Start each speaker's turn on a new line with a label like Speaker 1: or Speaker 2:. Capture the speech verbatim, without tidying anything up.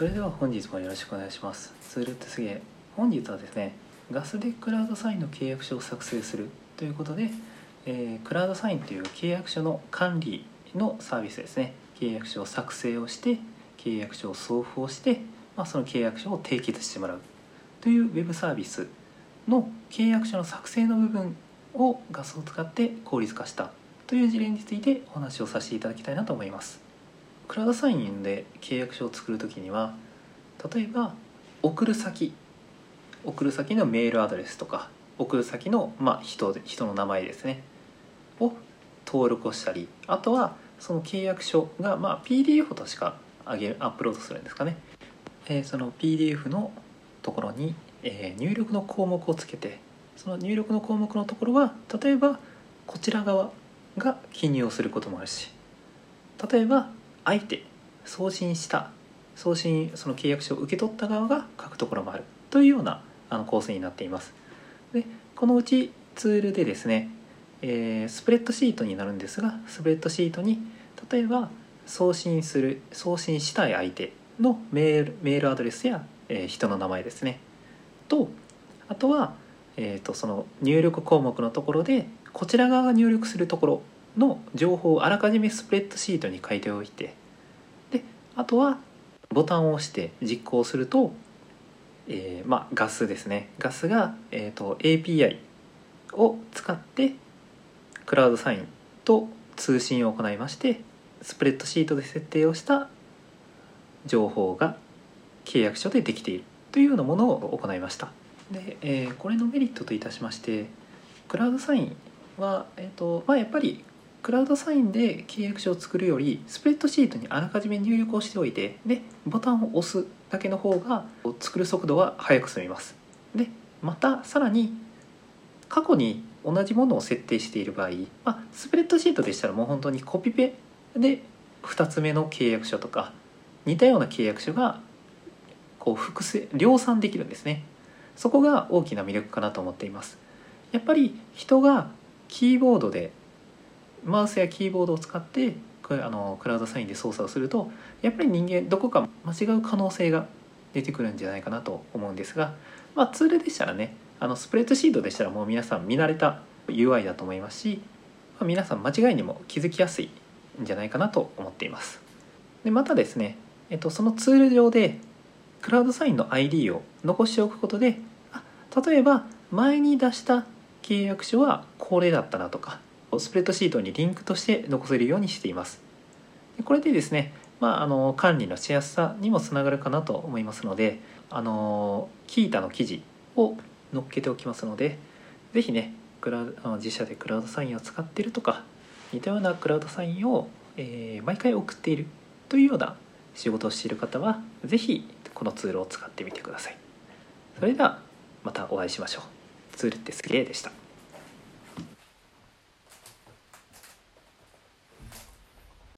Speaker 1: それでは本日もよろしくお願いします。ツールってすげえ。本日はですね、ガスでクラウドサインの契約書を作成するということで、えー、クラウドサインという契約書の管理のサービスですね。契約書を作成をして、契約書を送付をして、まあ、その契約書を締結してもらうというウェブサービスの契約書の作成の部分をガスを使って効率化したという事例についてお話をさせていただきたいなと思います。クラウドサインで契約書を作るときには、例えば送る先送る先のメールアドレスとか送る先の、まあ、人で人の名前ですねを登録をしたり、あとはその契約書が、まあ、ピーディーエフ としか上げるアップロードするんですかね、えー、その ピーディーエフ のところに、えー、入力の項目をつけて、その入力の項目のところは例えばこちら側が記入をすることもあるし、例えば相手送信した送信その契約書を受け取った側が書くところもあるというようなあの構成になっています。でこのうちツールでですね、えー、スプレッドシートになるんですが、スプレッドシートに例えば送信する送信したい相手のメールメールアドレスや、えー、人の名前ですねと、あとは、えー、とその入力項目のところでこちら側が入力するところの情報をあらかじめスプレッドシートに書いておいて、であとはボタンを押して実行すると、えーまあ、ガスですねガスが、えー、と エーピーアイ を使ってクラウドサインと通信を行いまして、スプレッドシートで設定をした情報が契約書でできているというようなものを行いました。で、えー、これのメリットといたしまして、クラウドサインは、えーとまあ、やっぱりクラウドサインで契約書を作るよりスプレッドシートにあらかじめ入力をしておいて、でボタンを押すだけの方が作る速度は速く済みます。でまたさらに過去に同じものを設定している場合、まあ、スプレッドシートでしたらもう本当にコピペでふたつめの契約書とか似たような契約書がこう複製量産できるんですね。そこが大きな魅力かなと思っています。やっぱり人がキーボードでマウスやキーボードを使ってこれあのクラウドサインで操作をすると、やっぱり人間どこか間違う可能性が出てくるんじゃないかなと思うんですが、まあ、ツールでしたらね、あのスプレッドシートでしたらもう皆さん見慣れた ユーアイ だと思いますし、まあ、皆さん間違いにも気づきやすいんじゃないかなと思っています。でまたですね、えっと、そのツール上でクラウドサインの アイディー を残しておくことで、あ例えば前に出した契約書はこれだったなとか、スプレッドシートにリンクとして残せるようにしています。これでですね、まあ、あの管理のしやすさにもつながるかなと思いますので、あのキータの記事を載っけておきますので、ぜひねクラウあの自社でクラウドサインを使っているとか、似たようなクラウドサインを、えー毎回送っているというような仕事をしている方は、ぜひこのツールを使ってみてください。それではまたお会いしましょう。ツールってすげーでした。